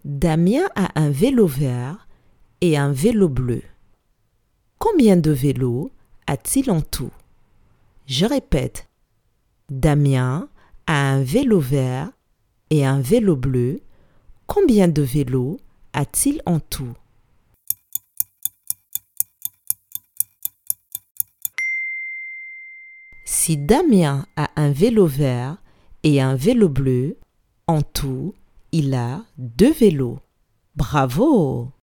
Damien a un vélo vert et un vélo bleu. Combien de vélos a-t-il en tout? Je répète. Damien a un vélo vert et un vélo bleu. Combien de vélos a-t-il en tout? Si Damien a un vélo vert et un vélo bleu, en tout, il a 2 vélos. Bravo!